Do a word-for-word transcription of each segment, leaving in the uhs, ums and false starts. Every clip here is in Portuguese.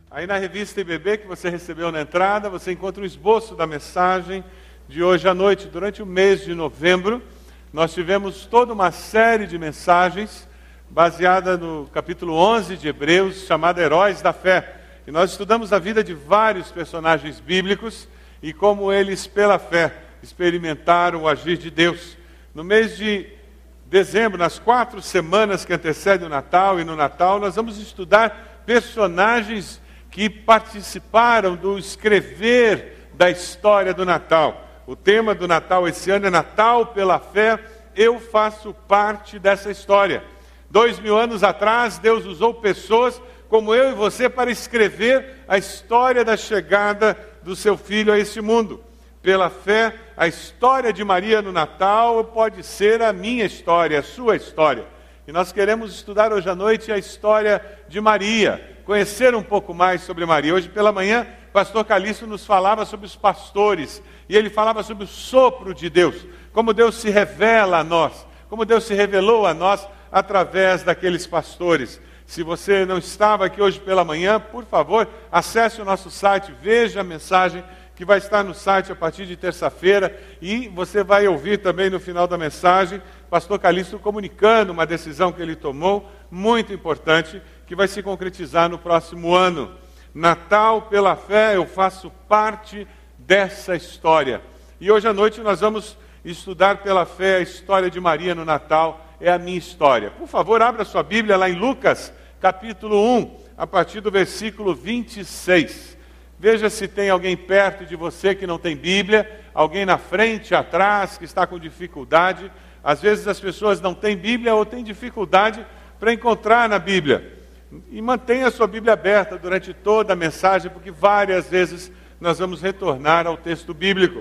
Aí na revista I B B que você recebeu na entrada, você encontra um esboço da mensagem de hoje à noite. Durante o mês de novembro, nós tivemos toda uma série de mensagens baseada no capítulo onze de Hebreus, chamada Heróis da Fé. E nós estudamos a vida de vários personagens bíblicos e como eles, pela fé, experimentaram o agir de Deus. No mês de dezembro, nas quatro semanas que antecedem o Natal e no Natal, nós vamos estudar personagens que participaram do escrever da história do Natal. O tema do Natal esse ano é Natal pela fé, eu faço parte dessa história. Dois mil anos atrás, Deus usou pessoas como eu e você para escrever a história da chegada do seu Filho a este mundo. Pela fé, a história de Maria no Natal pode ser a minha história, a sua história. E nós queremos estudar hoje à noite a história de Maria, conhecer um pouco mais sobre Maria. Hoje pela manhã, o pastor Calixto nos falava sobre os pastores, e ele falava sobre o sopro de Deus, como Deus se revela a nós, como Deus se revelou a nós através daqueles pastores. Se você não estava aqui hoje pela manhã, por favor, acesse o nosso site, veja a mensagem que vai estar no site a partir de terça-feira, e você vai ouvir também no final da mensagem, pastor Calixto comunicando uma decisão que ele tomou, muito importante, que vai se concretizar no próximo ano. Natal pela fé, eu faço parte dessa história. E hoje à noite nós vamos estudar pela fé a história de Maria no Natal, é a minha história. Por favor, abra sua Bíblia lá em Lucas, capítulo um, a partir do versículo vinte e seis. Veja se tem alguém perto de você que não tem Bíblia, alguém na frente, atrás, que está com dificuldade. Às vezes as pessoas não têm Bíblia ou têm dificuldade para encontrar na Bíblia. E mantenha a sua Bíblia aberta durante toda a mensagem, porque várias vezes nós vamos retornar ao texto bíblico.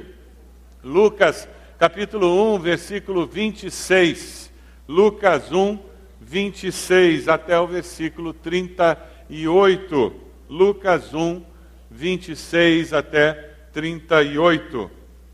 Lucas, capítulo um, versículo vinte e seis. Lucas um, vinte e seis até o versículo trinta e oito. Lucas um, vinte e seis até trinta e oito.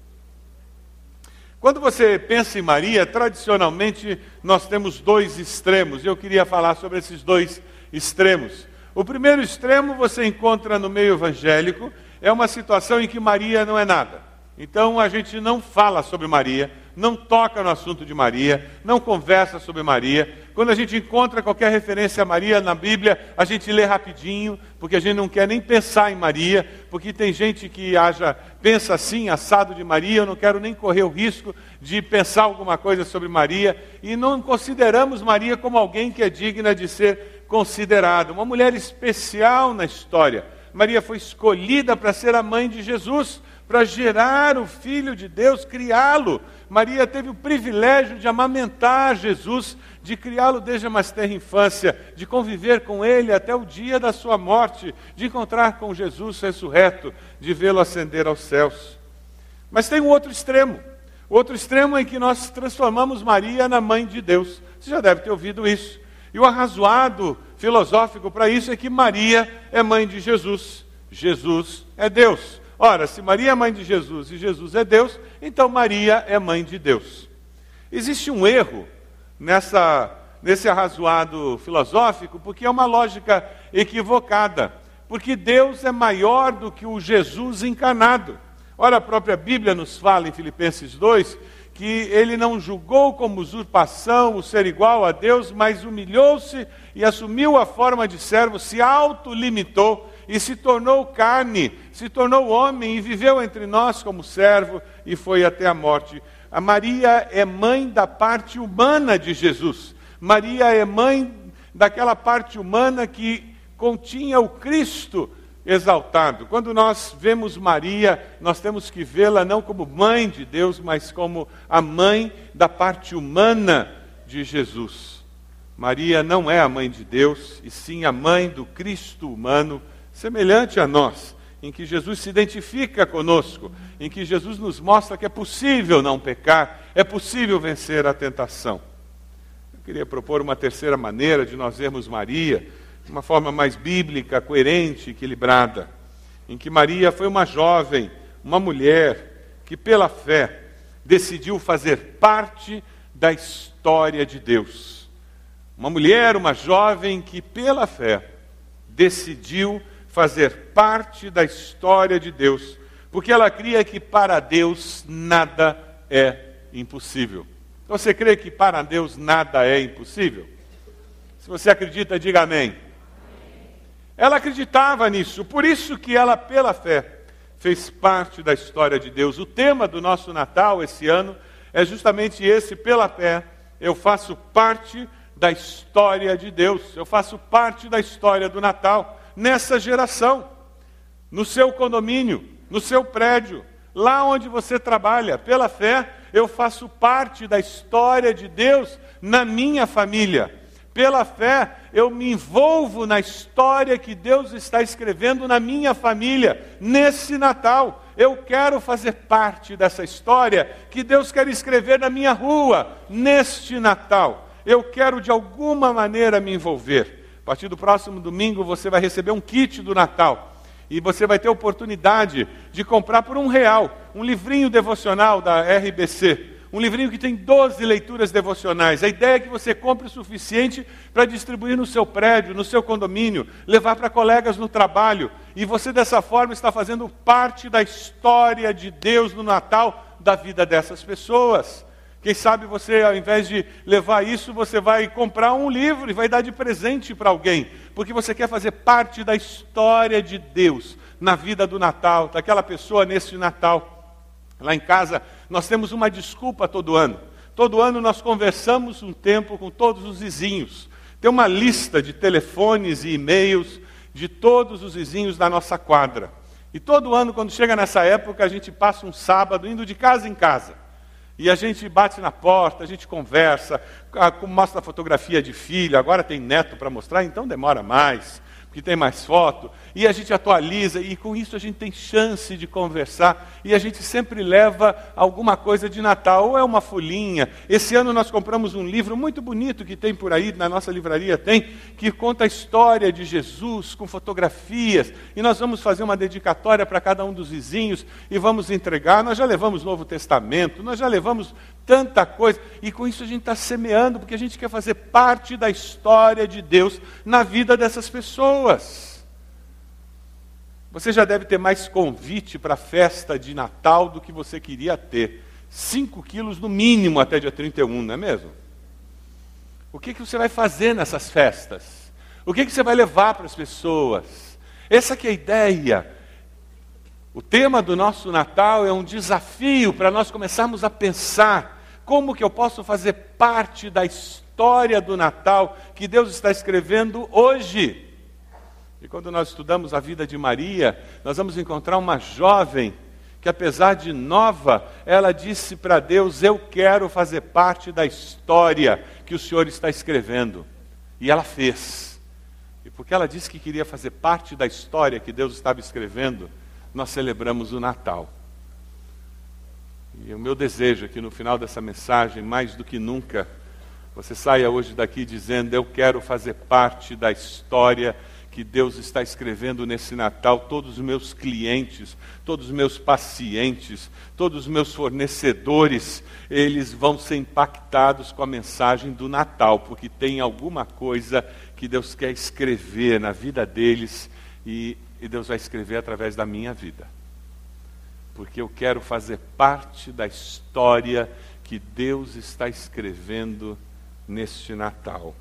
Quando você pensa em Maria, tradicionalmente nós temos dois extremos. Eu queria falar sobre esses dois extremos. O primeiro extremo você encontra no meio evangélico, é uma situação em que Maria não é nada. Então a gente não fala sobre Maria, não toca no assunto de Maria, não conversa sobre Maria. Quando a gente encontra qualquer referência a Maria na Bíblia, a gente lê rapidinho, porque a gente não quer nem pensar em Maria, porque tem gente que haja, pensa assim, assado de Maria, eu não quero nem correr o risco de pensar alguma coisa sobre Maria, e não consideramos Maria como alguém que é digna de ser considerada, uma mulher especial na história. Maria foi escolhida para ser a mãe de Jesus, para gerar o Filho de Deus, criá-lo. Maria teve o privilégio de amamentar Jesus, de criá-lo desde a mais tenra infância, de conviver com ele até o dia da sua morte, de encontrar com Jesus ressurreto, de vê-lo ascender aos céus. Mas tem um outro extremo. O outro extremo é que nós transformamos Maria na mãe de Deus. Você já deve ter ouvido isso. E o arrazoado filosófico para isso é que Maria é mãe de Jesus. Jesus é Deus. Ora, se Maria é mãe de Jesus e Jesus é Deus, então Maria é mãe de Deus. Existe um erro nessa, nesse arrazoado filosófico, porque é uma lógica equivocada. Porque Deus é maior do que o Jesus encarnado. Ora, a própria Bíblia nos fala em Filipenses dois, que ele não julgou como usurpação o ser igual a Deus, mas humilhou-se e assumiu a forma de servo, se autolimitou e se tornou carne, se tornou homem e viveu entre nós como servo e foi até a morte. A Maria é mãe da parte humana de Jesus. Maria é mãe daquela parte humana que continha o Cristo exaltado. Quando nós vemos Maria, nós temos que vê-la não como mãe de Deus, mas como a mãe da parte humana de Jesus. Maria não é a mãe de Deus, e sim a mãe do Cristo humano, semelhante a nós, em que Jesus se identifica conosco, em que Jesus nos mostra que é possível não pecar, é possível vencer a tentação. Eu queria propor uma terceira maneira de nós vermos Maria, de uma forma mais bíblica, coerente, equilibrada, em que Maria foi uma jovem, uma mulher, que pela fé decidiu fazer parte da história de Deus. Uma mulher, uma jovem que pela fé decidiu fazer parte da história de Deus, porque ela cria que para Deus nada é impossível. Você crê que para Deus nada é impossível? Se você acredita, diga amém. Ela acreditava nisso, por isso que ela, pela fé, fez parte da história de Deus. O tema do nosso Natal esse ano é justamente esse: pela fé, eu faço parte da história de Deus. Eu faço parte da história do Natal, nessa geração, no seu condomínio, no seu prédio, lá onde você trabalha. Pela fé, eu faço parte da história de Deus na minha família. Pela fé, eu me envolvo na história que Deus está escrevendo na minha família, nesse Natal. Eu quero fazer parte dessa história que Deus quer escrever na minha rua, neste Natal. Eu quero, de alguma maneira, me envolver. A partir do próximo domingo, você vai receber um kit do Natal. E você vai ter a oportunidade de comprar por um real um livrinho devocional da R B C. Um livrinho que tem doze leituras devocionais. A ideia é que você compre o suficiente para distribuir no seu prédio, no seu condomínio, levar para colegas no trabalho. E você, dessa forma, está fazendo parte da história de Deus no Natal da vida dessas pessoas. Quem sabe você, ao invés de levar isso, você vai comprar um livro e vai dar de presente para alguém. Porque você quer fazer parte da história de Deus na vida do Natal, daquela pessoa nesse Natal. Lá em casa, nós temos uma desculpa todo ano. Todo ano nós conversamos um tempo com todos os vizinhos. Tem uma lista de telefones e e-mails de todos os vizinhos da nossa quadra. E todo ano, quando chega nessa época, a gente passa um sábado indo de casa em casa. E a gente bate na porta, a gente conversa, mostra a fotografia de filho, agora tem neto para mostrar, então demora mais, porque tem mais foto, e a gente atualiza, e com isso a gente tem chance de conversar, e a gente sempre leva alguma coisa de Natal, ou é uma folhinha. Esse ano nós compramos um livro muito bonito que tem por aí, na nossa livraria tem, que conta a história de Jesus, com fotografias, e nós vamos fazer uma dedicatória para cada um dos vizinhos, e vamos entregar. Nós já levamos o Novo Testamento, nós já levamos tanta coisa, e com isso a gente está semeando, porque a gente quer fazer parte da história de Deus na vida dessas pessoas. Você já deve ter mais convite para a festa de Natal do que você queria ter. Cinco quilos no mínimo até dia trinta e um, não é mesmo? O que, que você vai fazer nessas festas? O que, que você vai levar para as pessoas? Essa que é a ideia. O tema do nosso Natal é um desafio para nós começarmos a pensar como que eu posso fazer parte da história do Natal que Deus está escrevendo hoje. E quando nós estudamos a vida de Maria, nós vamos encontrar uma jovem que, apesar de nova, ela disse para Deus: eu quero fazer parte da história que o Senhor está escrevendo. E ela fez. E porque ela disse que queria fazer parte da história que Deus estava escrevendo, nós celebramos o Natal. E o meu desejo é que no final dessa mensagem, mais do que nunca, você saia hoje daqui dizendo: eu quero fazer parte da história que Deus está escrevendo nesse Natal. Todos os meus clientes, todos os meus pacientes, todos os meus fornecedores, eles vão ser impactados com a mensagem do Natal, porque tem alguma coisa que Deus quer escrever na vida deles, e, e Deus vai escrever através da minha vida. Porque eu quero fazer parte da história que Deus está escrevendo neste Natal.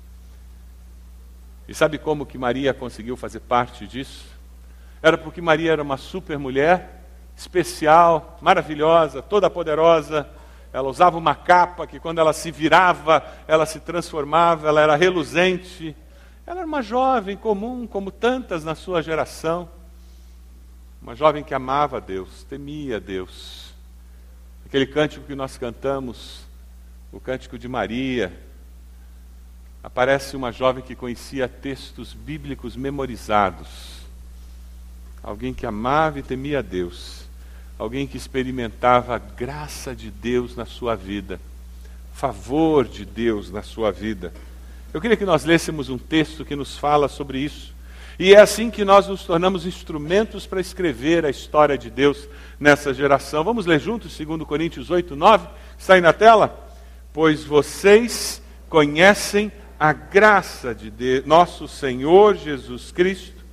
E sabe como que Maria conseguiu fazer parte disso? Era porque Maria era uma super mulher, especial, maravilhosa, toda poderosa. Ela usava uma capa que, quando ela se virava, ela se transformava, ela era reluzente. Ela era uma jovem comum, como tantas na sua geração. Uma jovem que amava a Deus, temia a Deus. Aquele cântico que nós cantamos, o cântico de Maria, aparece uma jovem que conhecia textos bíblicos memorizados. Alguém que amava e temia a Deus. Alguém que experimentava a graça de Deus na sua vida. Favor de Deus na sua vida. Eu queria que nós lêssemos um texto que nos fala sobre isso. E é assim que nós nos tornamos instrumentos para escrever a história de Deus nessa geração. Vamos ler juntos, segundo Coríntios oito, nove. Está aí na tela? Pois vocês conhecem a graça de Deus, nosso Senhor Jesus Cristo,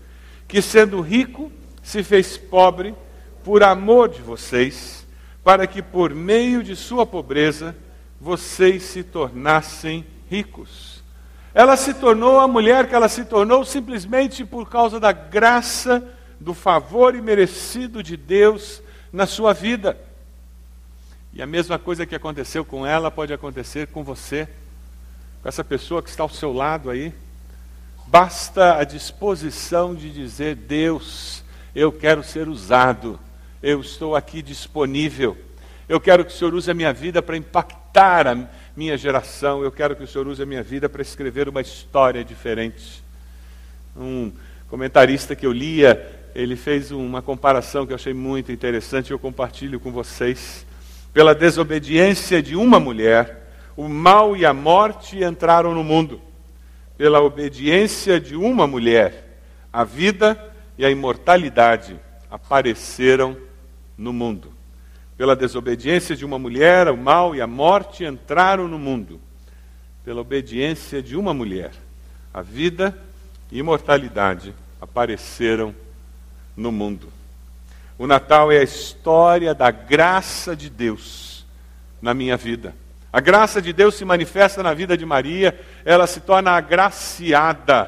que sendo rico se fez pobre por amor de vocês, para que por meio de sua pobreza vocês se tornassem ricos. Ela se tornou a mulher que ela se tornou simplesmente por causa da graça, do favor imerecido de Deus na sua vida. E a mesma coisa que aconteceu com ela pode acontecer com você, com essa pessoa que está ao seu lado aí. Basta a disposição de dizer: Deus, eu quero ser usado, eu estou aqui disponível, eu quero que o Senhor use a minha vida para impactar a minha geração, eu quero que o Senhor use a minha vida para escrever uma história diferente. Um comentarista que eu lia, ele fez uma comparação que eu achei muito interessante e eu compartilho com vocês. Pela desobediência de uma mulher, o mal e a morte entraram no mundo. Pela obediência de uma mulher, a vida e a imortalidade apareceram no mundo. Pela desobediência de uma mulher, o mal e a morte entraram no mundo. Pela obediência de uma mulher, a vida e a imortalidade apareceram no mundo. O Natal é a história da graça de Deus na minha vida. A graça de Deus se manifesta na vida de Maria, ela se torna agraciada.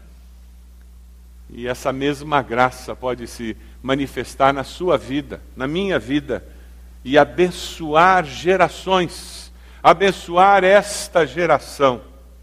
E essa mesma graça pode se manifestar na sua vida, na minha vida, e abençoar gerações, abençoar esta geração.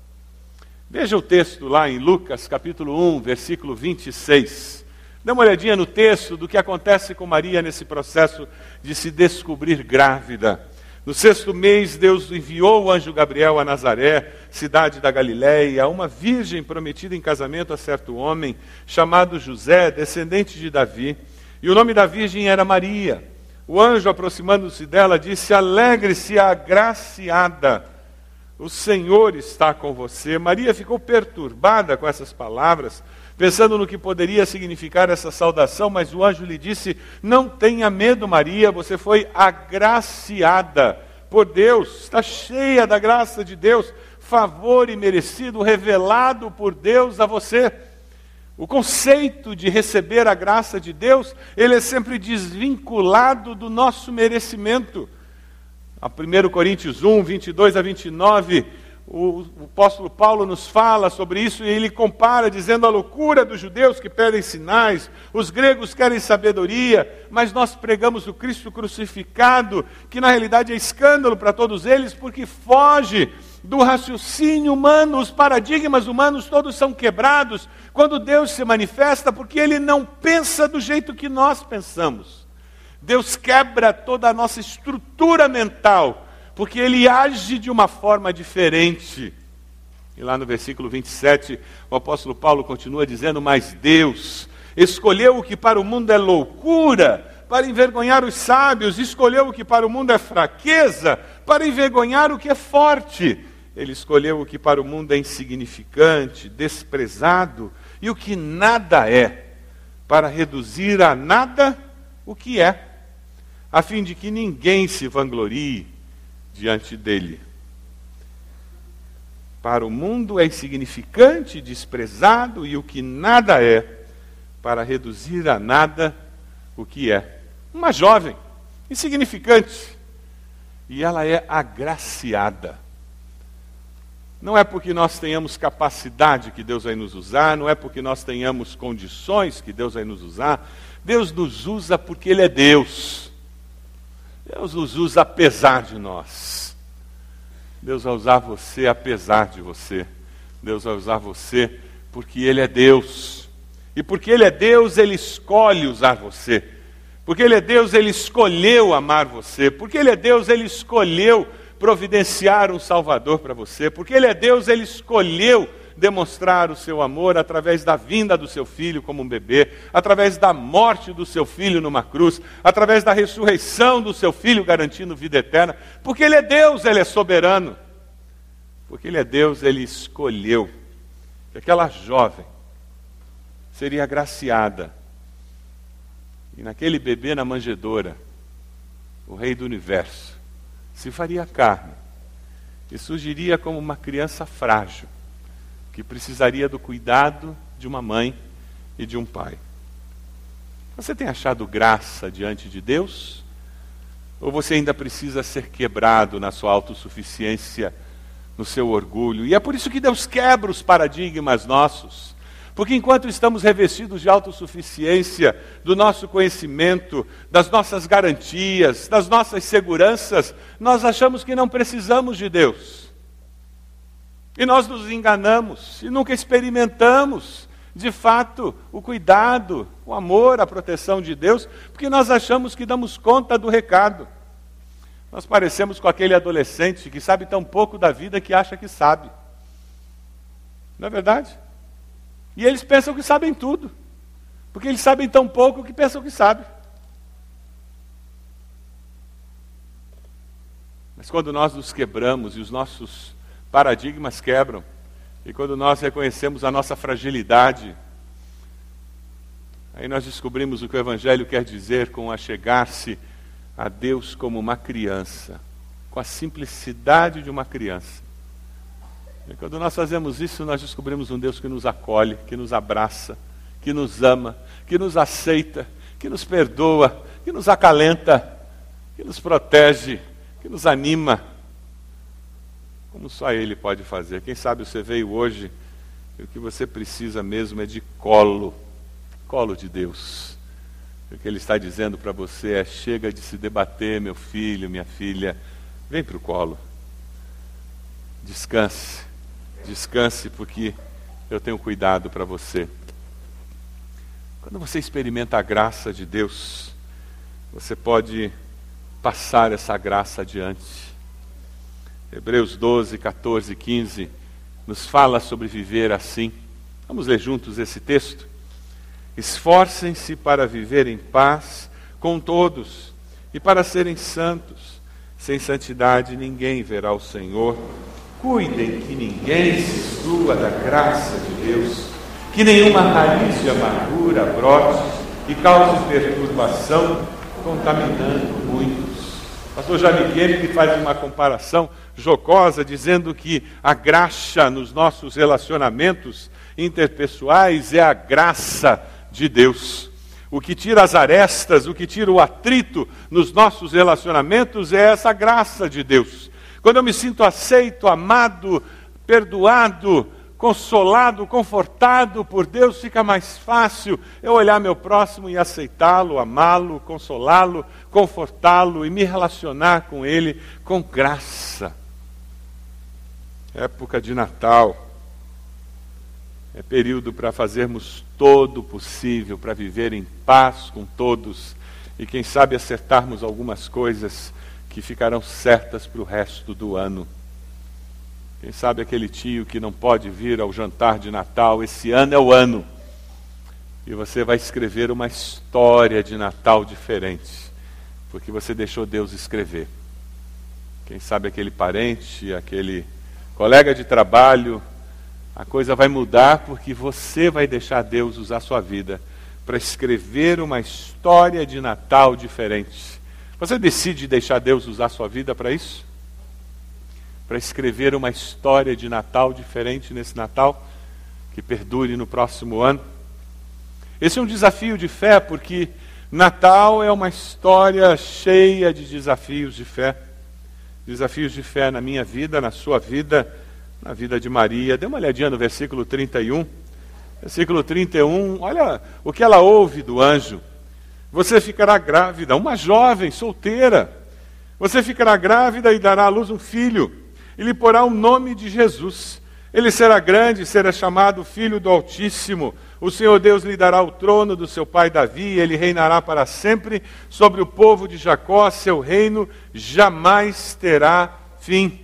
Veja o texto lá em Lucas, capítulo um, versículo vinte e seis. Dê uma olhadinha no texto do que acontece com Maria nesse processo de se descobrir grávida. No sexto mês, Deus enviou o anjo Gabriel a Nazaré, cidade da Galiléia, a uma virgem prometida em casamento a certo homem, chamado José, descendente de Davi. E o nome da virgem era Maria. O anjo, aproximando-se dela, disse: alegre-se, agraciada, o Senhor está com você. Maria ficou perturbada com essas palavras, pensando no que poderia significar essa saudação, mas o anjo lhe disse: não tenha medo, Maria, você foi agraciada por Deus, está cheia da graça de Deus, favor imerecido revelado por Deus a você. O conceito de receber a graça de Deus, ele é sempre desvinculado do nosso merecimento. A primeira Coríntios um, vinte e dois a vinte e nove, o, o apóstolo Paulo nos fala sobre isso e ele compara, dizendo: a loucura dos judeus que pedem sinais, os gregos querem sabedoria, mas nós pregamos o Cristo crucificado, que na realidade é escândalo para todos eles, porque foge do raciocínio humano. Os paradigmas humanos todos são quebrados quando Deus se manifesta, porque Ele não pensa do jeito que nós pensamos. Deus quebra toda a nossa estrutura mental, porque Ele age de uma forma diferente. E lá no versículo vinte e sete, o apóstolo Paulo continua dizendo: mas Deus escolheu o que para o mundo é loucura, para envergonhar os sábios, escolheu o que para o mundo é fraqueza, para envergonhar o que é forte. Ele escolheu o que para o mundo é insignificante, desprezado, e o que nada é, para reduzir a nada o que é, a fim de que ninguém se vanglorie diante dele. Para o mundo é insignificante, desprezado, e o que nada é, para reduzir a nada o que é. Uma jovem, insignificante, e ela é agraciada. Não é porque nós tenhamos capacidade que Deus vai nos usar, não é porque nós tenhamos condições que Deus vai nos usar. Deus nos usa porque Ele é Deus. Deus nos usa apesar de nós. Deus vai usar você apesar de você. Deus vai usar você porque Ele é Deus. E porque Ele é Deus, Ele escolhe usar você. Porque Ele é Deus, Ele escolheu amar você. Porque Ele é Deus, Ele escolheu providenciar um Salvador para você. Porque Ele é Deus, Ele escolheu demonstrar o seu amor através da vinda do seu filho como um bebê, através da morte do seu filho numa cruz, através da ressurreição do seu filho garantindo vida eterna. Porque Ele é Deus, Ele é soberano. Porque Ele é Deus, Ele escolheu que aquela jovem seria agraciada. E naquele bebê na manjedoura, o Rei do Universo se faria carne e surgiria como uma criança frágil, que precisaria do cuidado de uma mãe e de um pai. Você tem achado graça diante de Deus? Ou você ainda precisa ser quebrado na sua autossuficiência, no seu orgulho? E é por isso que Deus quebra os paradigmas nossos. Porque enquanto estamos revestidos de autossuficiência, do nosso conhecimento, das nossas garantias, das nossas seguranças, nós achamos que não precisamos de Deus. E nós nos enganamos e nunca experimentamos, de fato, o cuidado, o amor, a proteção de Deus, porque nós achamos que damos conta do recado. Nós parecemos com aquele adolescente que sabe tão pouco da vida que acha que sabe. Não é verdade? E eles pensam que sabem tudo, porque eles sabem tão pouco que pensam que sabem. Mas quando nós nos quebramos e os nossos paradigmas quebram, e quando nós reconhecemos a nossa fragilidade, aí nós descobrimos o que o Evangelho quer dizer com achegar-se a Deus como uma criança, com a simplicidade de uma criança. E quando nós fazemos isso, nós descobrimos um Deus que nos acolhe, que nos abraça, que nos ama, que nos aceita, que nos perdoa, que nos acalenta, que nos protege, que nos anima, como só Ele pode fazer. Quem sabe você veio hoje e o que você precisa mesmo é de colo, colo de Deus. O que Ele está dizendo para você é: chega de se debater, meu filho, minha filha, vem para o colo. Descanse, descanse, porque eu tenho cuidado para você. Quando você experimenta a graça de Deus, você pode passar essa graça adiante. Hebreus doze, catorze, quinze nos fala sobre viver assim. Vamos ler juntos esse texto? Esforcem-se para viver em paz com todos e para serem santos. Sem santidade ninguém verá o Senhor. Cuidem que ninguém se exclua da graça de Deus, que nenhuma raiz de amargura brote e cause perturbação, contaminando muitos. O pastor Janiquene faz uma comparação jocosa, dizendo que a graxa nos nossos relacionamentos interpessoais é a graça de Deus. O que tira as arestas, o que tira o atrito nos nossos relacionamentos é essa graça de Deus. Quando eu me sinto aceito, amado, perdoado, consolado, confortado por Deus, fica mais fácil eu olhar meu próximo e aceitá-lo, amá-lo, consolá-lo, confortá-lo e me relacionar com ele com graça. Época de Natal é período para fazermos todo o possível para viver em paz com todos e quem sabe acertarmos algumas coisas que ficarão certas para o resto do ano. Quem sabe aquele tio que não pode vir ao jantar de Natal, esse ano é o ano. E você vai escrever uma história de Natal diferente, porque você deixou Deus escrever. Quem sabe aquele parente, aquele colega de trabalho, a coisa vai mudar porque você vai deixar Deus usar a sua vida para escrever uma história de Natal diferente. Você decide deixar Deus usar a sua vida para isso? Para escrever uma história de Natal diferente nesse Natal, que perdure no próximo ano? Esse é um desafio de fé, porque Natal é uma história cheia de desafios de fé. Desafios de fé na minha vida, na sua vida, na vida de Maria. Dê uma olhadinha no versículo trinta e um. Versículo trinta e um, olha o que ela ouve do anjo. Você ficará grávida, uma jovem solteira. Você ficará grávida e dará à luz um filho. E lhe porá o nome de Jesus. Ele será grande e será chamado Filho do Altíssimo. O Senhor Deus lhe dará o trono do seu pai Davi, e ele reinará para sempre sobre o povo de Jacó. Seu reino jamais terá fim.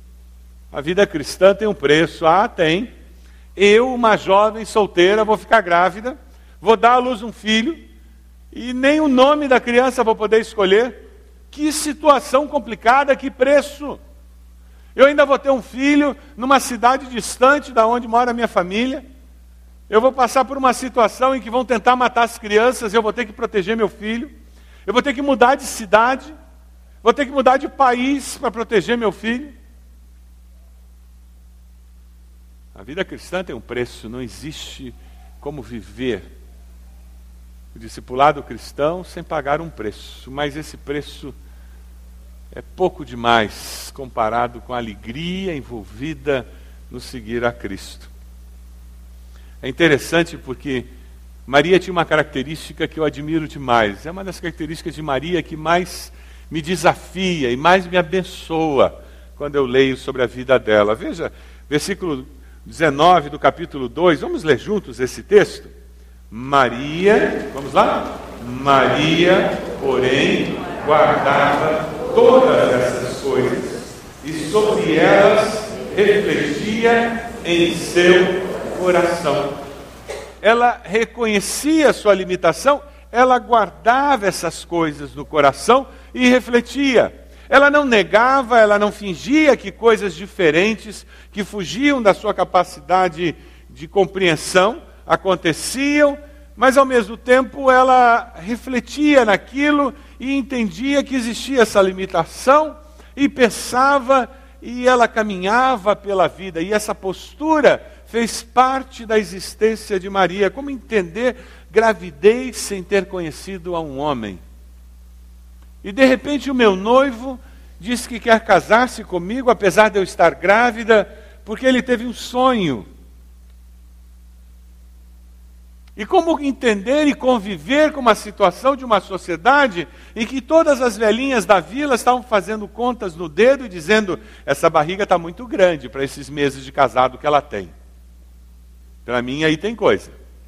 A vida cristã tem um preço. Ah, tem. Eu, uma jovem solteira, vou ficar grávida, vou dar à luz um filho, e nem o nome da criança vou poder escolher. Que situação complicada, que preço! Eu ainda vou ter um filho numa cidade distante da onde mora a minha família. Eu vou passar por uma situação em que vão tentar matar as crianças, eu vou ter que proteger meu filho. Eu vou ter que mudar de cidade, vou ter que mudar de país para proteger meu filho. A vida cristã tem um preço, não existe como viver o discipulado cristão sem pagar um preço, mas esse preço é pouco demais comparado com a alegria envolvida no seguir a Cristo. É interessante porque Maria tinha uma característica que eu admiro demais. É uma das características de Maria que mais me desafia e mais me abençoa quando eu leio sobre a vida dela. Veja, versículo dezenove do capítulo dois, vamos ler juntos esse texto? Maria, vamos lá? Maria, porém, guardava todas essas coisas e sobre elas refletia em seu coração. Ela reconhecia a sua limitação, ela guardava essas coisas no coração e refletia. Ela não negava, ela não fingia que coisas diferentes, que fugiam da sua capacidade de compreensão, aconteciam, mas ao mesmo tempo ela refletia naquilo e entendia que existia essa limitação e pensava e ela caminhava pela vida. E essa postura fez parte da existência de Maria. Como entender gravidez sem ter conhecido a um homem? E de repente o meu noivo diz que quer casar-se comigo, apesar de eu estar grávida, porque ele teve um sonho. E como entender e conviver com uma situação de uma sociedade em que todas as velhinhas da vila estavam fazendo contas no dedo e dizendo: essa barriga está muito grande para esses meses de casado que ela tem. Para mim aí tem coisa.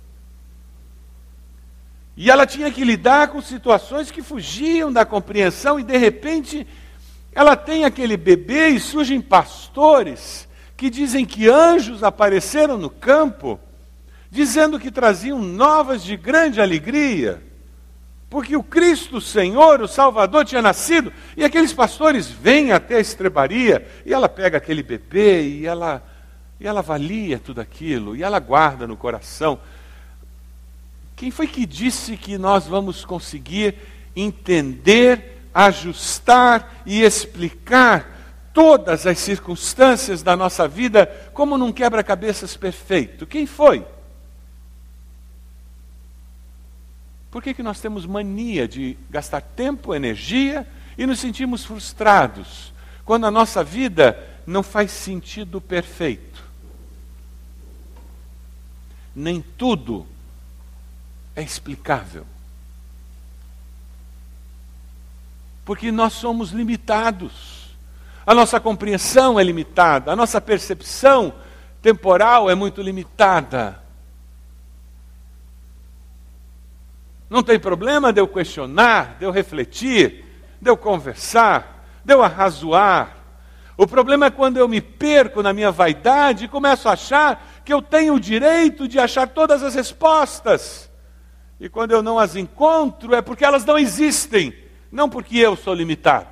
E ela tinha que lidar com situações que fugiam da compreensão e de repente ela tem aquele bebê e surgem pastores que dizem que anjos apareceram no campo dizendo que traziam novas de grande alegria, porque o Cristo Senhor, o Salvador, tinha nascido. E aqueles pastores vêm até a estrebaria, e ela pega aquele bebê, e ela, e ela avalia tudo aquilo, e ela guarda no coração. Quem foi que disse que nós vamos conseguir entender, ajustar e explicar todas as circunstâncias da nossa vida como num quebra-cabeças perfeito? Quem foi? Por que que nós temos mania de gastar tempo, energia e nos sentimos frustrados quando a nossa vida não faz sentido perfeito? Nem tudo é explicável. Porque nós somos limitados. A nossa compreensão é limitada, a nossa percepção temporal é muito limitada. Não tem problema de eu questionar, de eu refletir, de eu conversar, de eu arrazoar. O problema é quando eu me perco na minha vaidade e começo a achar que eu tenho o direito de achar todas as respostas. E quando eu não as encontro é porque elas não existem, não porque eu sou limitado.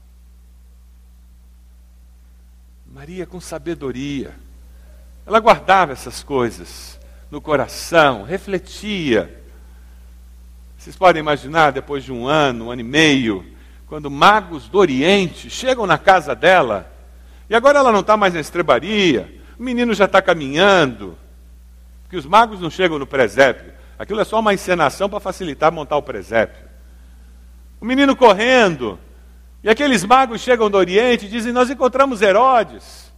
Maria, com sabedoria, ela guardava essas coisas no coração, refletia. Vocês podem imaginar, depois de um ano, um ano e meio, quando magos do Oriente chegam na casa dela, e agora ela não está mais na estrebaria, o menino já está caminhando, porque os magos não chegam no presépio, aquilo é só uma encenação para facilitar montar o presépio. O menino correndo, e aqueles magos chegam do Oriente e dizem: nós encontramos Herodes,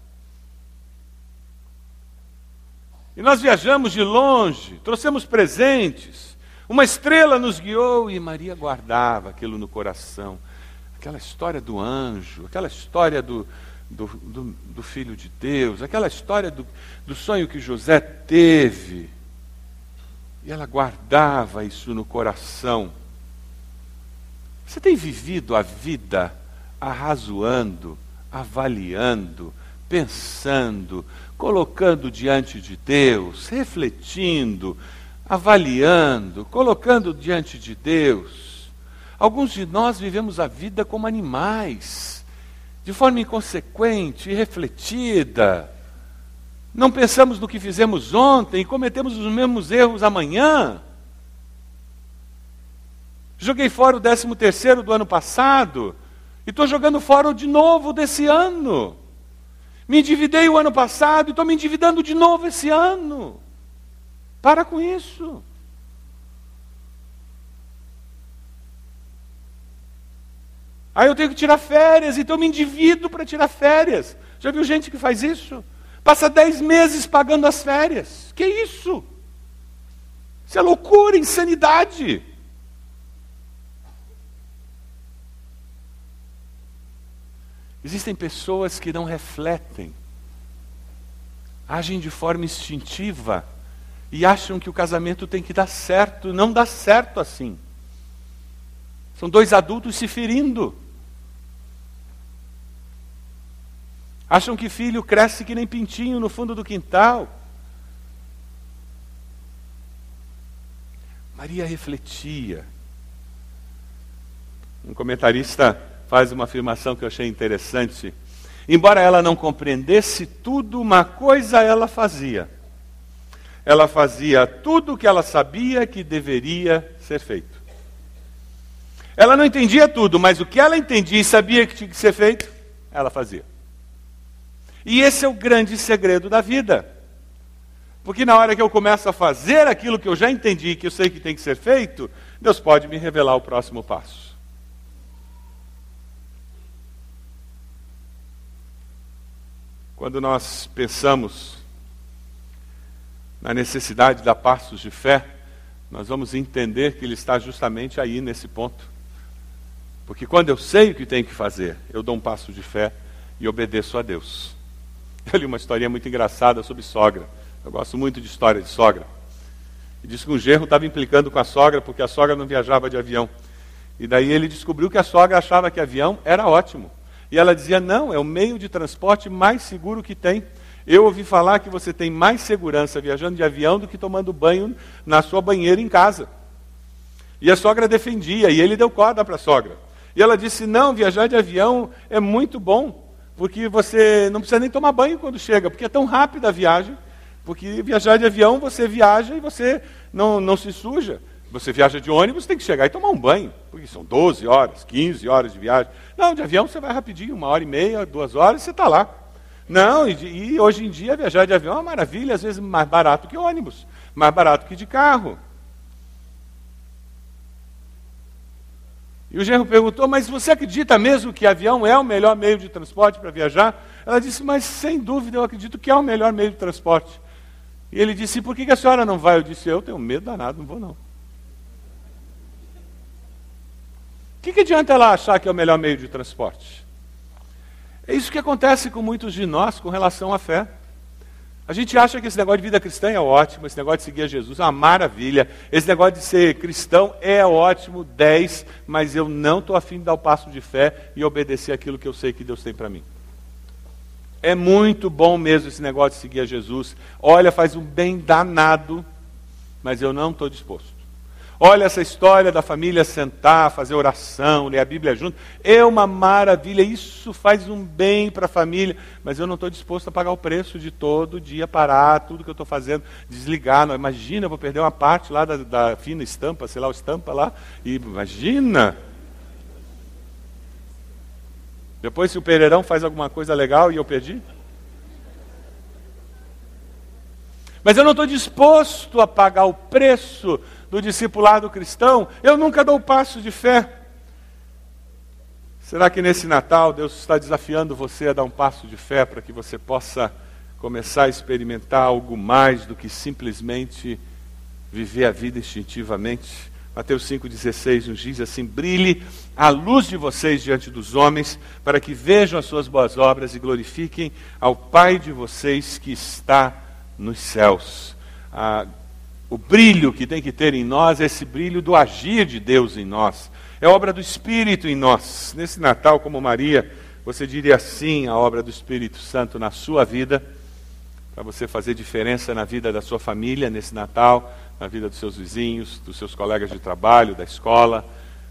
e nós viajamos de longe, trouxemos presentes, uma estrela nos guiou. E Maria guardava aquilo no coração, aquela história do anjo, aquela história do, do, do, do Filho de Deus, aquela história do, do sonho que José teve, e ela guardava isso no coração. Você tem vivido a vida arrazoando, avaliando, pensando, colocando diante de Deus, refletindo, avaliando, colocando diante de Deus? Alguns de nós vivemos a vida como animais, de forma inconsequente, irrefletida. Não pensamos no que fizemos ontem e cometemos os mesmos erros amanhã. Joguei fora o décimo terceiro do ano passado e estou jogando fora o de novo desse ano. Me endividei o ano passado e estou me endividando de novo esse ano. Para com isso. Aí eu tenho que tirar férias, então eu me endivido para tirar férias. Já viu gente que faz isso? Passa dez meses pagando as férias. Que isso? Isso é loucura, insanidade. Existem pessoas que não refletem, agem de forma instintiva e acham que o casamento tem que dar certo. Não dá certo assim. São dois adultos se ferindo. Acham que filho cresce que nem pintinho no fundo do quintal. Maria refletia. Um comentarista faz uma afirmação que eu achei interessante. Embora ela não compreendesse tudo, uma coisa ela fazia. Ela fazia tudo o que ela sabia que deveria ser feito. Ela não entendia tudo, mas o que ela entendia e sabia que tinha que ser feito, ela fazia. E esse é o grande segredo da vida. Porque na hora que eu começo a fazer aquilo que eu já entendi, que eu sei que tem que ser feito, Deus pode me revelar o próximo passo. Quando nós pensamos na necessidade de dar passos de fé, nós vamos entender que ele está justamente aí nesse ponto. Porque quando eu sei o que tenho que fazer, eu dou um passo de fé e obedeço a Deus. Eu li uma historinha muito engraçada sobre sogra. Eu gosto muito de história de sogra. E disse que um genro estava implicando com a sogra porque a sogra não viajava de avião. E daí ele descobriu que a sogra achava que avião era ótimo. E ela dizia, não, é o meio de transporte mais seguro que tem. Eu ouvi falar que você tem mais segurança viajando de avião do que tomando banho na sua banheira em casa. E a sogra defendia, e ele deu corda para a sogra. E ela disse, não, viajar de avião é muito bom, porque você não precisa nem tomar banho quando chega, porque é tão rápida a viagem, porque viajar de avião você viaja e você não, não se suja. Você viaja de ônibus, tem que chegar e tomar um banho, porque são doze horas, quinze horas de viagem. Não, de avião você vai rapidinho, uma hora e meia, duas horas, você está lá. Não, e, e hoje em dia viajar de avião é uma maravilha, às vezes mais barato que ônibus, mais barato que de carro. E o genro perguntou, mas você acredita mesmo que avião é o melhor meio de transporte para viajar? Ela disse, mas sem dúvida eu acredito que é o melhor meio de transporte. E ele disse, por que que a senhora não vai? Eu disse, eu tenho medo danado, não vou não. O que, que adianta ela achar que é o melhor meio de transporte? É isso que acontece com muitos de nós com relação à fé. A gente acha que esse negócio de vida cristã é ótimo, esse negócio de seguir a Jesus é uma maravilha, esse negócio de ser cristão é ótimo, dez, mas eu não estou afim de dar o passo de fé e obedecer aquilo que eu sei que Deus tem para mim. É muito bom mesmo esse negócio de seguir a Jesus. Olha, faz um bem danado, mas eu não estou disposto. Olha essa história da família sentar, fazer oração, ler a Bíblia junto. É uma maravilha, isso faz um bem para a família. Mas eu não estou disposto a pagar o preço de todo dia parar, tudo que eu estou fazendo, desligar. Não, imagina, eu vou perder uma parte lá da, da fina estampa, sei lá, o estampa lá. E imagina. Depois se o Pereirão faz alguma coisa legal e eu perdi. Mas eu não estou disposto a pagar o preço do discipulado cristão, eu nunca dou passo de fé. Será que nesse Natal Deus está desafiando você a dar um passo de fé para que você possa começar a experimentar algo mais do que simplesmente viver a vida instintivamente? Mateus cinco, dezesseis nos diz assim, brilhe a luz de vocês diante dos homens, para que vejam as suas boas obras e glorifiquem ao Pai de vocês que está nos céus. Ah, O brilho que tem que ter em nós é esse brilho do agir de Deus em nós. É obra do Espírito em nós. Nesse Natal, como Maria, você diria sim a obra do Espírito Santo na sua vida, para você fazer diferença na vida da sua família nesse Natal, na vida dos seus vizinhos, dos seus colegas de trabalho, da escola,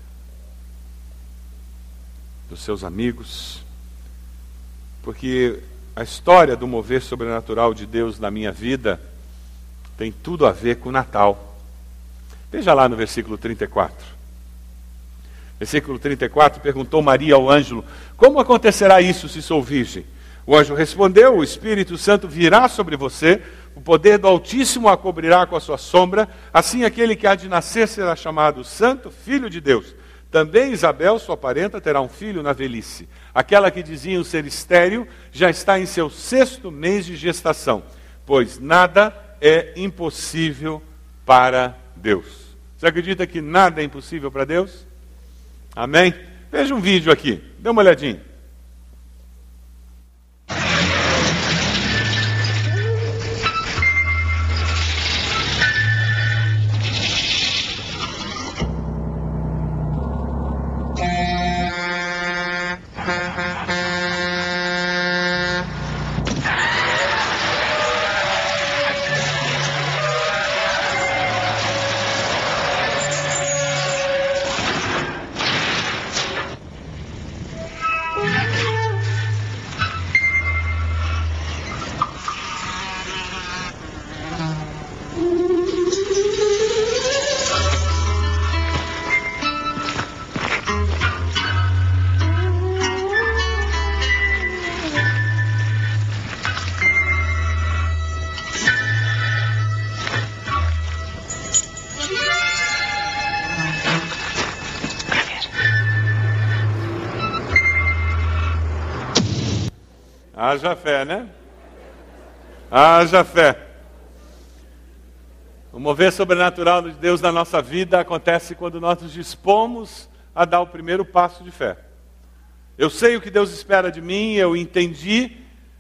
dos seus amigos. Porque a história do mover sobrenatural de Deus na minha vida tem tudo a ver com o Natal. Veja lá no versículo trinta e quatro. Versículo trinta e quatro, perguntou Maria ao anjo, como acontecerá isso se sou virgem? O anjo respondeu, o Espírito Santo virá sobre você, o poder do Altíssimo a cobrirá com a sua sombra, assim aquele que há de nascer será chamado Santo Filho de Deus. Também Isabel, sua parenta, terá um filho na velhice. Aquela que diziam ser estéril já está em seu sexto mês de gestação, pois nada é impossível para Deus. Você acredita que nada é impossível para Deus? Amém? Veja um vídeo aqui, dê uma olhadinha. Haja fé, né? Haja fé. O mover sobrenatural de Deus na nossa vida acontece quando nós nos dispomos a dar o primeiro passo de fé. Eu sei o que Deus espera de mim, eu entendi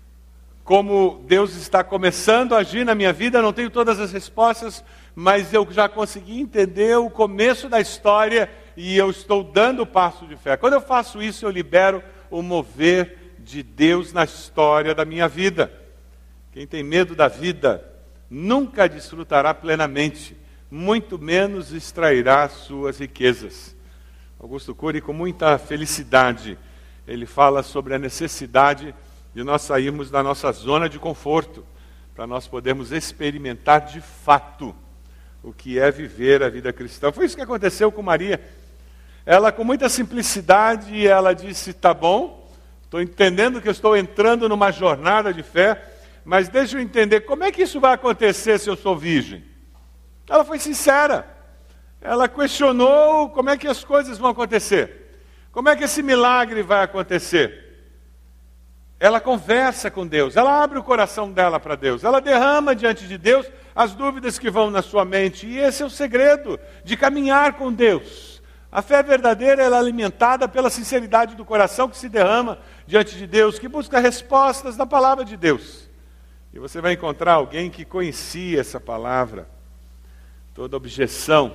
como Deus está começando a agir na minha vida, não tenho todas as respostas, mas eu já consegui entender o começo da história e eu estou dando o passo de fé. Quando eu faço isso, eu libero o mover de Deus na história da minha vida. Quem tem medo da vida nunca desfrutará plenamente, muito menos extrairá suas riquezas. Augusto Cury, com muita felicidade, ele fala sobre a necessidade de nós sairmos da nossa zona de conforto, para nós podermos experimentar de fato o que é viver a vida cristã. Foi isso que aconteceu com Maria. Ela, com muita simplicidade, ela disse, tá bom, estou entendendo que eu estou entrando numa jornada de fé, mas deixa eu entender, como é que isso vai acontecer se eu sou virgem? Ela foi sincera. Ela questionou como é que as coisas vão acontecer. Como é que esse milagre vai acontecer? Ela conversa com Deus, ela abre o coração dela para Deus, ela derrama diante de Deus as dúvidas que vão na sua mente. E esse é o segredo de caminhar com Deus. A fé verdadeira ela é alimentada pela sinceridade do coração que se derrama diante de Deus, que busca respostas da palavra de Deus. E você vai encontrar alguém que conhecia essa palavra. Toda objeção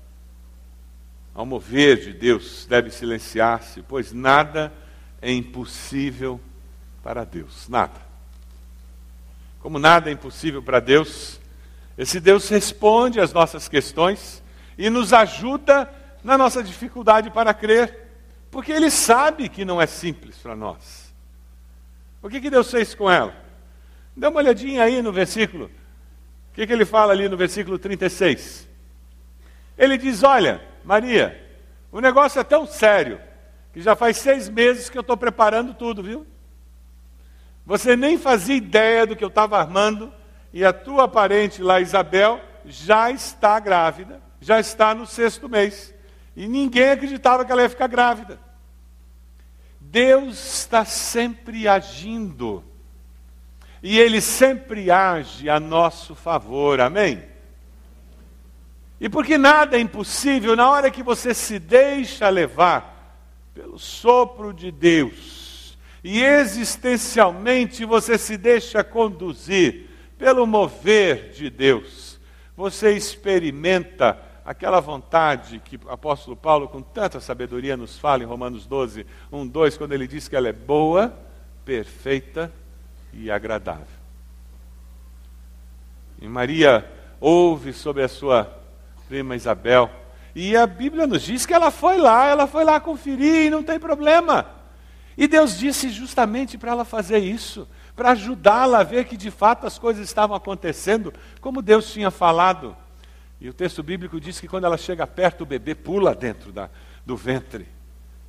ao mover de Deus deve silenciar-se, pois nada é impossível para Deus. Nada. Como nada é impossível para Deus, esse Deus responde às nossas questões e nos ajuda na nossa dificuldade para crer, porque Ele sabe que não é simples para nós. O que, que Deus fez com ela? Dá uma olhadinha aí no versículo. O que, que Ele fala ali no versículo trinta e seis? Ele diz, olha, Maria, o negócio é tão sério, que já faz seis meses que eu estou preparando tudo, viu? Você nem fazia ideia do que eu estava armando, e a tua parente lá, Isabel, já está grávida, já está no sexto mês. E ninguém acreditava que ela ia ficar grávida. Deus está sempre agindo. E Ele sempre age a nosso favor. Amém? E porque nada é impossível, na hora que você se deixa levar pelo sopro de Deus, e existencialmente você se deixa conduzir pelo mover de Deus, você experimenta aquela vontade que o apóstolo Paulo, com tanta sabedoria, nos fala em Romanos doze, um, dois, quando ele diz que ela é boa, perfeita e agradável. E Maria ouve sobre a sua prima Isabel, e a Bíblia nos diz que ela foi lá, ela foi lá conferir e não tem problema. E Deus disse justamente para ela fazer isso, para ajudá-la a ver que de fato as coisas estavam acontecendo como Deus tinha falado. E o texto bíblico diz que quando ela chega perto, o bebê pula dentro da, do ventre.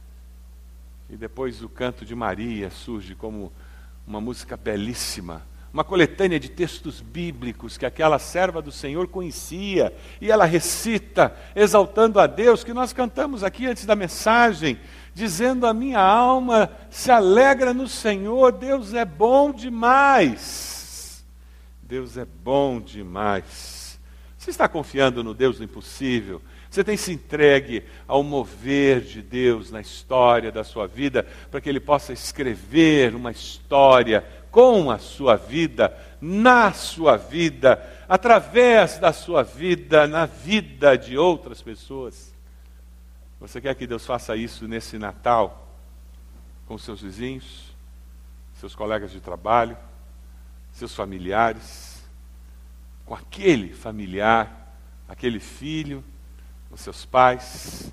E depois o canto de Maria surge como uma música belíssima, uma coletânea de textos bíblicos que aquela serva do Senhor conhecia, e ela recita, exaltando a Deus, que nós cantamos aqui antes da mensagem, dizendo: a minha alma se alegra no Senhor, Deus é bom demais. Deus é bom demais. Você está confiando no Deus do impossível? Você tem se entregue ao mover de Deus na história da sua vida, para que Ele possa escrever uma história com a sua vida, na sua vida, através da sua vida, na vida de outras pessoas? Você quer que Deus faça isso nesse Natal, com seus vizinhos, seus colegas de trabalho, seus familiares, com aquele familiar, aquele filho, os seus pais?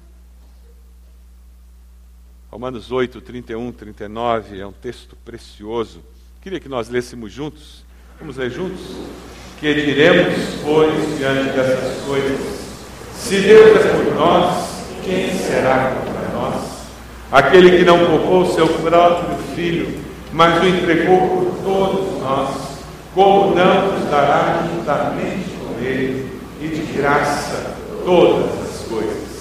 Romanos oito, trinta e um, trinta e nove é um texto precioso. Queria que nós lêssemos juntos. Vamos ler juntos? Que diremos, pois, diante dessas coisas? Se Deus é por nós, quem será contra nós? Aquele que não poupou seu próprio filho, mas o entregou por todos nós, como não nos dará juntamente com ele e de graça todas as coisas?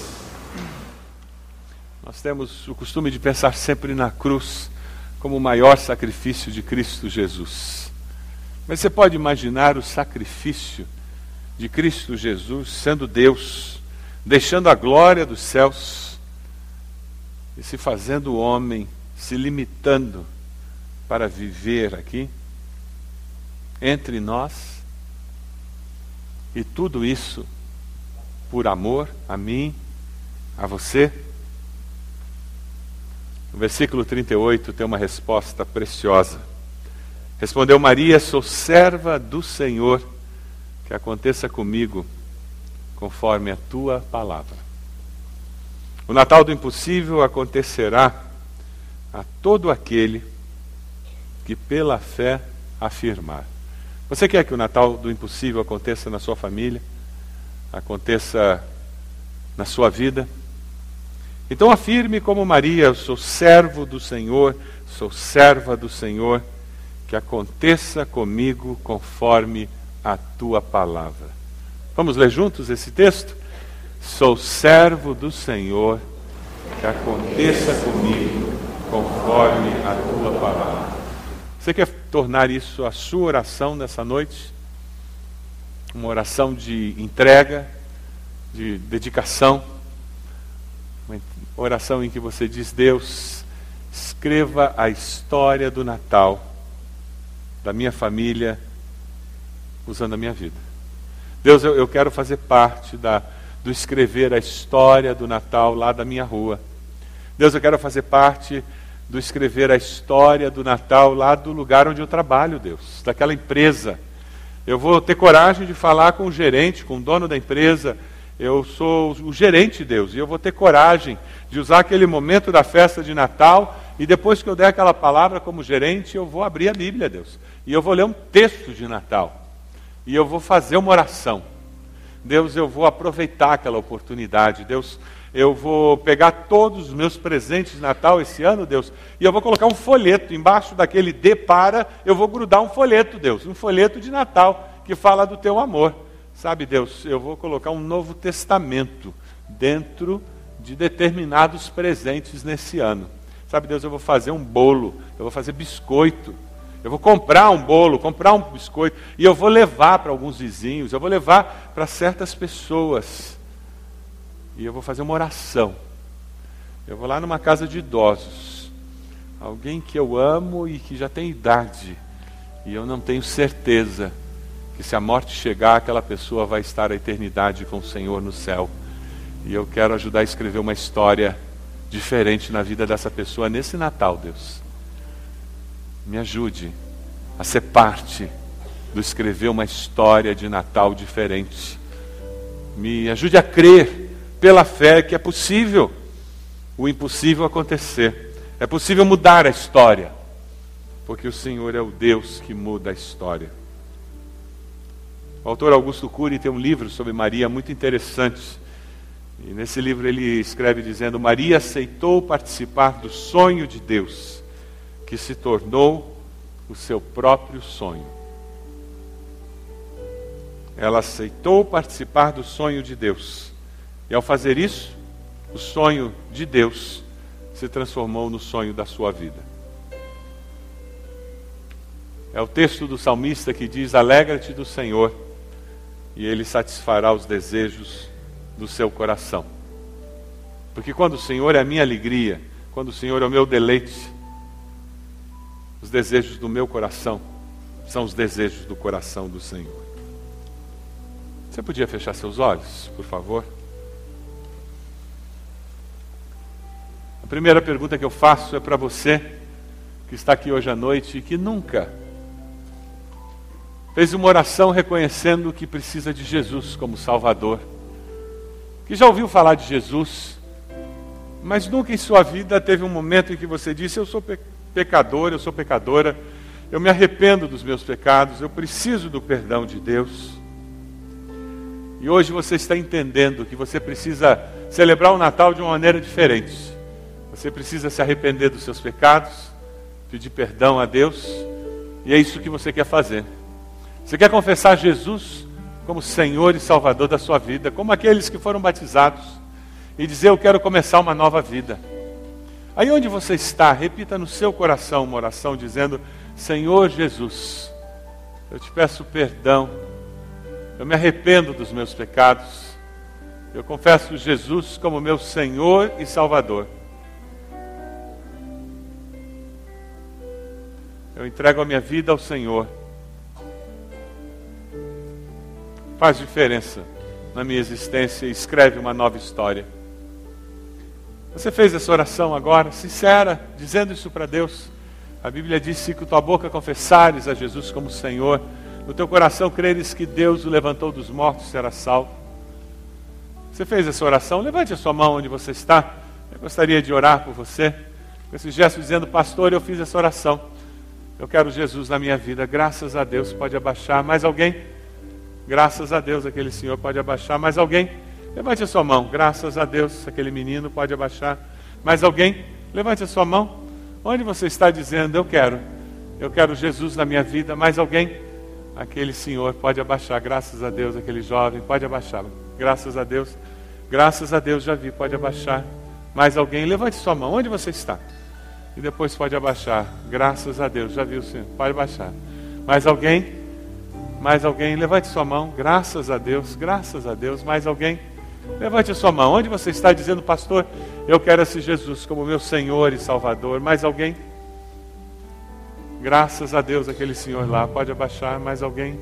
Nós temos o costume de pensar sempre na cruz como o maior sacrifício de Cristo Jesus. Mas você pode imaginar o sacrifício de Cristo Jesus sendo Deus, deixando a glória dos céus e se fazendo homem, se limitando para viver aqui entre nós, e tudo isso por amor a mim, a você? No versículo trinta e oito tem uma resposta preciosa. Respondeu Maria: sou serva do Senhor, que aconteça comigo conforme a tua palavra. O Natal do impossível acontecerá a todo aquele que pela fé afirmar. Você quer que o Natal do impossível aconteça na sua família, aconteça na sua vida? Então afirme como Maria: eu sou servo do Senhor, sou serva do Senhor, que aconteça comigo conforme a tua palavra. Vamos ler juntos esse texto? Sou servo do Senhor, que aconteça comigo conforme a tua palavra. Você quer tornar isso a sua oração nessa noite? Uma oração de entrega, de dedicação, uma oração em que você diz: Deus, escreva a história do Natal da minha família usando a minha vida. Deus, eu, eu quero fazer parte da, do escrever a história do Natal lá da minha rua. Deus, eu quero fazer parte do escrever a história do Natal lá do lugar onde eu trabalho, Deus, daquela empresa. Eu vou ter coragem de falar com o gerente, com o dono da empresa. Eu sou o gerente, Deus, e eu vou ter coragem de usar aquele momento da festa de Natal, e depois que eu der aquela palavra como gerente, eu vou abrir a Bíblia, Deus, e eu vou ler um texto de Natal, e eu vou fazer uma oração. Deus, eu vou aproveitar aquela oportunidade. Deus, eu vou pegar todos os meus presentes de Natal esse ano, Deus, e eu vou colocar um folheto embaixo daquele D para, eu vou grudar um folheto, Deus, um folheto de Natal, que fala do teu amor. Sabe, Deus, eu vou colocar um Novo Testamento dentro de determinados presentes nesse ano. Sabe, Deus, eu vou fazer um bolo, eu vou fazer biscoito, eu vou comprar um bolo, comprar um biscoito, e eu vou levar para alguns vizinhos, eu vou levar para certas pessoas, e eu vou fazer uma oração. Eu vou lá numa casa de idosos, alguém que eu amo e que já tem idade, e eu não tenho certeza que se a morte chegar, aquela pessoa vai estar a eternidade com o Senhor no céu. E eu quero ajudar a escrever uma história diferente na vida dessa pessoa nesse Natal, Deus. Me ajude a ser parte do escrever uma história de Natal diferente. Me ajude a crer pela fé que é possível o impossível acontecer. É possível mudar a história, porque o Senhor é o Deus que muda a história. O autor Augusto Cury tem um livro sobre Maria muito interessante. E nesse livro ele escreve dizendo: Maria aceitou participar do sonho de Deus, que se tornou o seu próprio sonho. ela aceitou participar do sonho de Deus. E ao fazer isso, o sonho de Deus se transformou no sonho da sua vida. É o texto do salmista que diz: alegra-te do Senhor, e Ele satisfará os desejos do seu coração. Porque quando o Senhor é a minha alegria, quando o Senhor é o meu deleite, os desejos do meu coração são os desejos do coração do Senhor. Você podia fechar seus olhos, por favor? A primeira pergunta que eu faço é para você que está aqui hoje à noite e que nunca fez uma oração reconhecendo que precisa de Jesus como Salvador, que já ouviu falar de Jesus, mas nunca em sua vida teve um momento em que você disse: eu sou pe- pecador, eu sou pecadora, eu me arrependo dos meus pecados, eu preciso do perdão de Deus. E hoje você está entendendo que você precisa celebrar o Natal de uma maneira diferente. Você precisa se arrepender dos seus pecados, pedir perdão a Deus, e é isso que você quer fazer. Você quer confessar Jesus como Senhor e Salvador da sua vida, como aqueles que foram batizados, e dizer: eu quero começar uma nova vida. Aí onde você está, repita no seu coração uma oração dizendo: Senhor Jesus, eu te peço perdão, eu me arrependo dos meus pecados, eu confesso Jesus como meu Senhor e Salvador. Eu entrego a minha vida ao Senhor. Faz diferença na minha existência e escreve uma nova história. Você fez essa oração agora, sincera, dizendo isso para Deus? A Bíblia diz: se com tua boca confessares a Jesus como Senhor, no teu coração creres que Deus o levantou dos mortos, será salvo. Você fez essa oração? Levante a sua mão onde você está. Eu gostaria de orar por você, com esse gesto dizendo: pastor, eu fiz essa oração, eu quero Jesus na minha vida. Graças a Deus. Pode abaixar. Mais alguém? Graças a Deus, aquele senhor pode abaixar. Mais alguém? Levante a sua mão. Graças a Deus, aquele menino pode abaixar. Mais alguém? Levante a sua mão. Onde você está dizendo: eu quero, eu quero Jesus na minha vida. Mais alguém? Aquele senhor pode abaixar. Graças a Deus, aquele jovem pode abaixar. Graças a Deus, graças a Deus, já vi, pode abaixar. Mais alguém? Levante sua mão. Onde você está? E depois pode abaixar. Graças a Deus, já viu, senhor, pode abaixar. Mais alguém? Mais alguém? Levante sua mão. Graças a Deus, graças a Deus. Mais alguém? Levante a sua mão. Onde você está dizendo: pastor, eu quero esse Jesus como meu Senhor e Salvador. Mais alguém? Graças a Deus, aquele senhor lá pode abaixar. Mais alguém?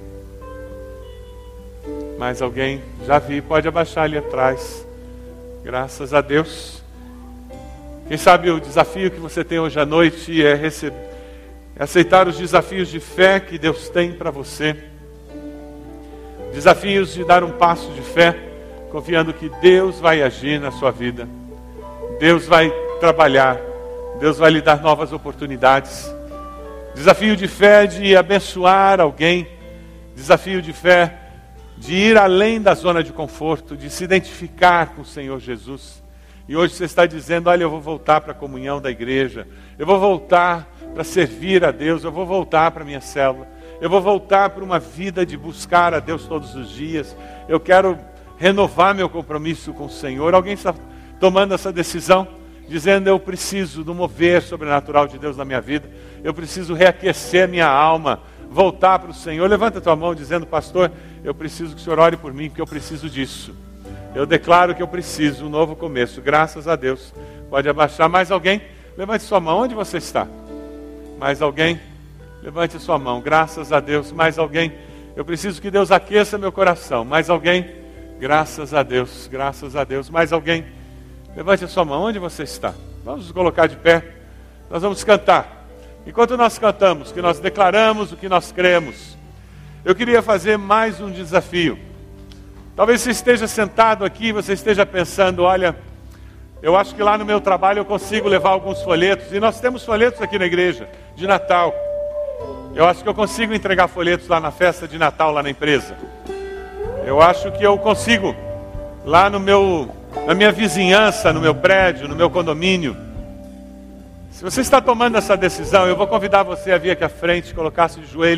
Mais alguém? Já vi, pode abaixar ali atrás. Graças a Deus. Quem sabe o desafio que você tem hoje à noite é, receber, é aceitar os desafios de fé que Deus tem para você. Desafios de dar um passo de fé, confiando que Deus vai agir na sua vida. Deus vai trabalhar. Deus vai lhe dar novas oportunidades. Desafio de fé de abençoar alguém. Desafio de fé de ir além da zona de conforto, de se identificar com o Senhor Jesus. E hoje você está dizendo: olha, eu vou voltar para a comunhão da igreja, eu vou voltar para servir a Deus, eu vou voltar para a minha célula, eu vou voltar para uma vida de buscar a Deus todos os dias, eu quero renovar meu compromisso com o Senhor. Alguém está tomando essa decisão, dizendo: eu preciso do mover sobrenatural de Deus na minha vida, eu preciso reaquecer a minha alma, voltar para o Senhor. Levanta a tua mão dizendo: pastor, eu preciso que o Senhor ore por mim, porque eu preciso disso. Eu declaro que eu preciso um novo começo. Graças a Deus. Pode abaixar. Mais alguém? Levante sua mão. Onde você está? Mais alguém? Levante sua mão. Graças a Deus. Mais alguém? Eu preciso que Deus aqueça meu coração. Mais alguém? Graças a Deus. Graças a Deus. Mais alguém? Levante a sua mão. Onde você está? Vamos nos colocar de pé. Nós vamos cantar. Enquanto nós cantamos, que nós declaramos o que nós cremos, eu queria fazer mais um desafio. Talvez você esteja sentado aqui, você esteja pensando: olha, eu acho que lá no meu trabalho eu consigo levar alguns folhetos, e nós temos folhetos aqui na igreja, de Natal. Eu acho que eu consigo entregar folhetos lá na festa de Natal, lá na empresa. Eu acho que eu consigo, lá no meu, na minha vizinhança, no meu prédio, no meu condomínio. Se você está tomando essa decisão, eu vou convidar você a vir aqui à frente, colocar-se de joelhos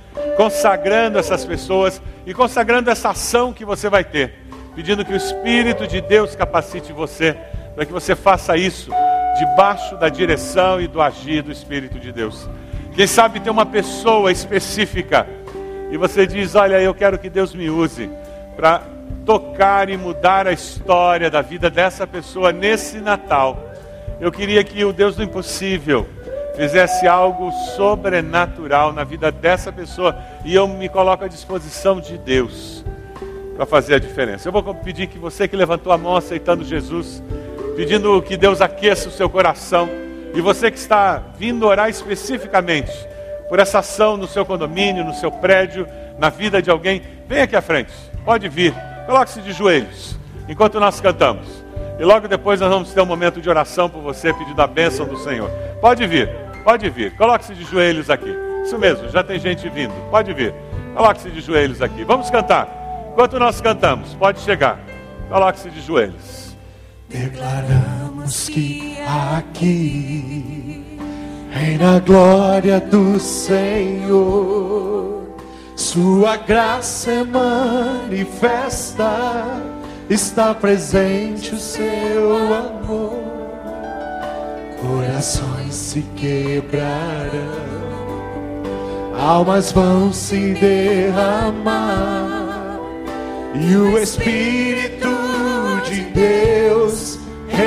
consagrando essas pessoas e consagrando essa ação que você vai ter, pedindo que o Espírito de Deus capacite você, para que você faça isso debaixo da direção e do agir do Espírito de Deus. Quem sabe tem uma pessoa específica e você diz: olha, eu quero que Deus me use para tocar e mudar a história da vida dessa pessoa nesse Natal. Eu queria que o Deus do impossível fizesse algo sobrenatural na vida dessa pessoa, e eu me coloco à disposição de Deus para fazer a diferença. Eu vou pedir que você que levantou a mão aceitando Jesus, pedindo que Deus aqueça o seu coração, e você que está vindo orar especificamente por essa ação no seu condomínio, no seu prédio, na vida de alguém, vem aqui à frente, pode vir, coloque-se de joelhos enquanto nós cantamos, e logo depois nós vamos ter um momento de oração por você, pedindo a bênção do Senhor. Pode vir, pode vir, coloque-se de joelhos aqui. Isso mesmo, já tem gente vindo, pode vir, coloque-se de joelhos aqui. Vamos cantar, enquanto nós cantamos, pode chegar, coloque-se de joelhos. Declaramos que aqui reina a glória do Senhor, sua graça é manifesta, está presente o seu amor. Corações se quebrarão, almas vão se derramar, e o Espírito de Deus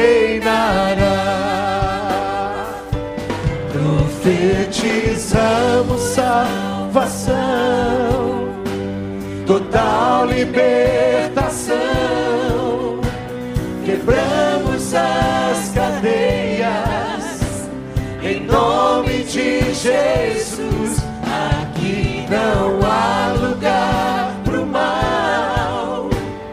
reinará. Profetizamos salvação, total libertação, quebramos as cadeias, em nome de Jesus. Aqui não há lugar pro mal,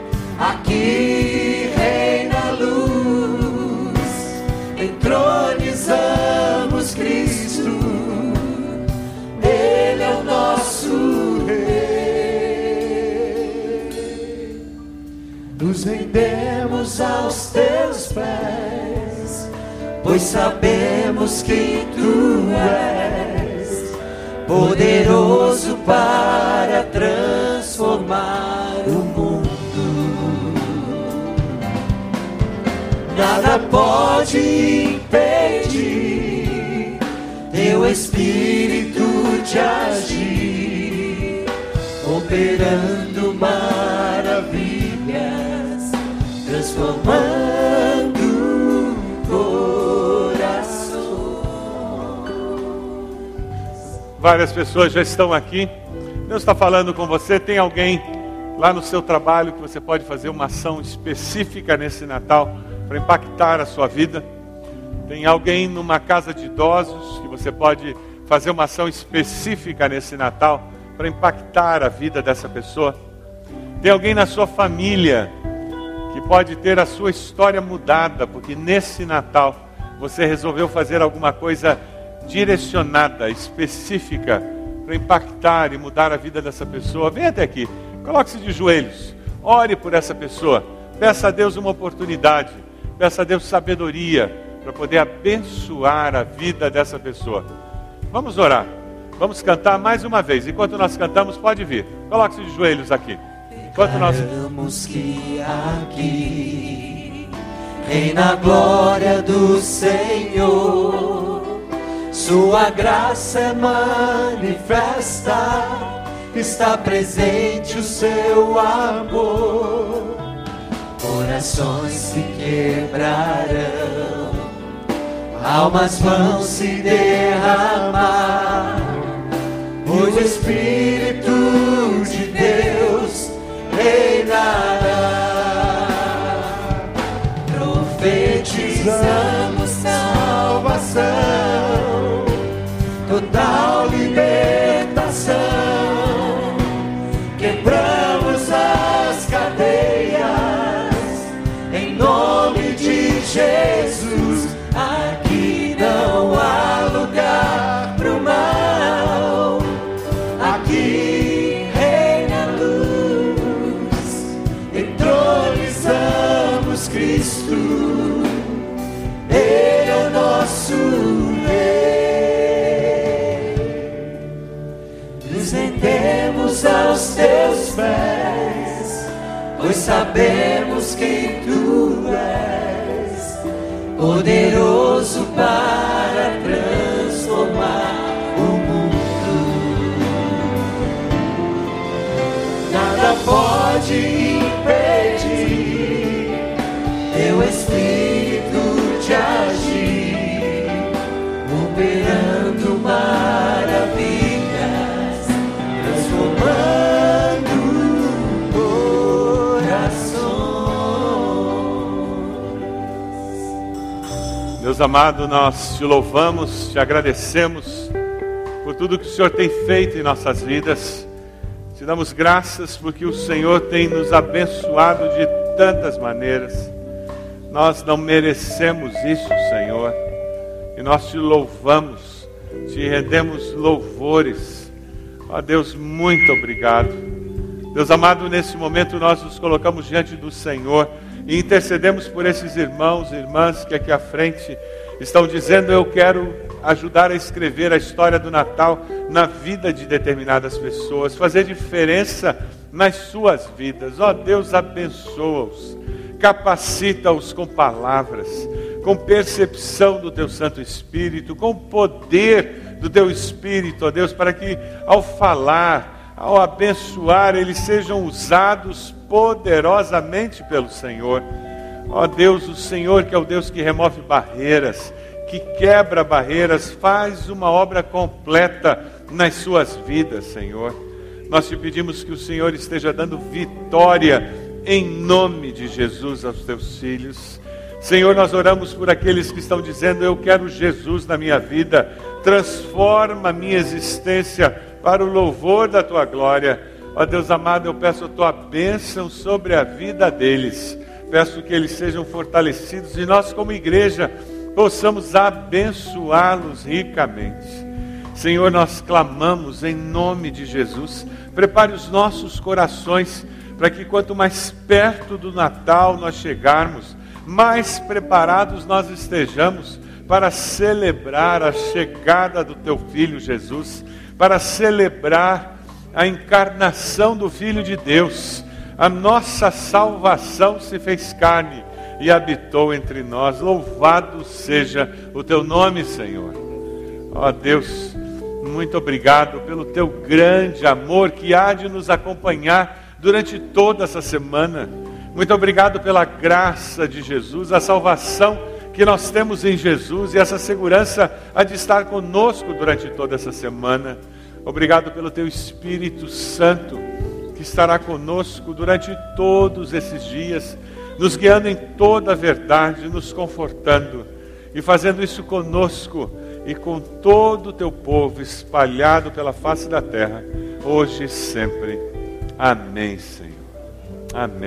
aqui reina a luz, entronizamos Cristo, Ele é o nosso Rei. Nos rendemos aos teus pés, pois sabemos que tu és poderoso para transformar o mundo. Nada pode impedir teu Espírito de agir, operando maravilhas, transformando corações. Várias pessoas já estão aqui. Deus está falando com você. Tem alguém lá no seu trabalho que você pode fazer uma ação específica nesse Natal para impactar a sua vida? Tem alguém numa casa de idosos que você pode fazer uma ação específica nesse Natal para impactar a vida dessa pessoa? Tem alguém na sua família que pode ter a sua história mudada, porque nesse Natal você resolveu fazer alguma coisa direcionada, específica, para impactar e mudar a vida dessa pessoa? Vem até aqui, coloque-se de joelhos, ore por essa pessoa, peça a Deus uma oportunidade, peça a Deus sabedoria para poder abençoar a vida dessa pessoa. Vamos orar, vamos cantar mais uma vez. Enquanto nós cantamos, pode vir, coloque-se de joelhos aqui. Enquanto nós... Declaramos que aqui reina a glória do Senhor, sua graça é manifesta, está presente o seu amor. Corações se quebrarão, almas vão se derramar, pois o Espírito de Deus reinará. Profetizamos salvação, total libertação, quebramos as cadeias, em nome de Jesus. Aqui não há lugar pro mal, aqui reina a luz, entronizamos Cristo, sabemos quem Tu és, poderoso para transformar o mundo. Nada pode impedir Teu Espírito de agir, operando maravilhas, transformando corações. Deus amado, nós Te louvamos, Te agradecemos por tudo que o Senhor tem feito em nossas vidas. Te damos graças porque o Senhor tem nos abençoado de tantas maneiras. Nós não merecemos isso, Senhor, e nós Te louvamos, Te rendemos louvores. Ó Deus, muito obrigado. Deus amado, nesse momento nós nos colocamos diante do Senhor e intercedemos por esses irmãos e irmãs que aqui à frente estão dizendo: eu quero ajudar a escrever a história do Natal na vida de determinadas pessoas, fazer diferença nas suas vidas. Ó Deus, abençoa-os, capacita-os com palavras, com percepção do Teu Santo Espírito, com poder do Teu Espírito, ó Deus, para que ao falar, ao abençoar, eles sejam usados poderosamente pelo Senhor. Ó Deus, o Senhor que é o Deus que remove barreiras, que quebra barreiras, faz uma obra completa nas suas vidas, Senhor. Nós Te pedimos que o Senhor esteja dando vitória em nome de Jesus aos Teus filhos. Senhor, nós oramos por aqueles que estão dizendo: eu quero Jesus na minha vida, transforma a minha existência para o louvor da Tua glória. Ó Deus amado, eu peço a Tua bênção sobre a vida deles, peço que eles sejam fortalecidos e nós como igreja possamos abençoá-los ricamente. Senhor, nós clamamos em nome de Jesus, prepare os nossos corações para que quanto mais perto do Natal nós chegarmos, mais preparados nós estejamos para celebrar a chegada do Teu Filho Jesus, para celebrar a encarnação do Filho de Deus. A nossa salvação se fez carne e habitou entre nós. Louvado seja o Teu nome, Senhor. Ó Deus, muito obrigado pelo Teu grande amor que há de nos acompanhar durante toda essa semana. Muito obrigado pela graça de Jesus, a salvação que nós temos em Jesus e essa segurança há de estar conosco durante toda essa semana. Obrigado pelo Teu Espírito Santo que estará conosco durante todos esses dias, nos guiando em toda a verdade, nos confortando e fazendo isso conosco e com todo o Teu povo espalhado pela face da terra, hoje e sempre. Amém, Senhor. Amém.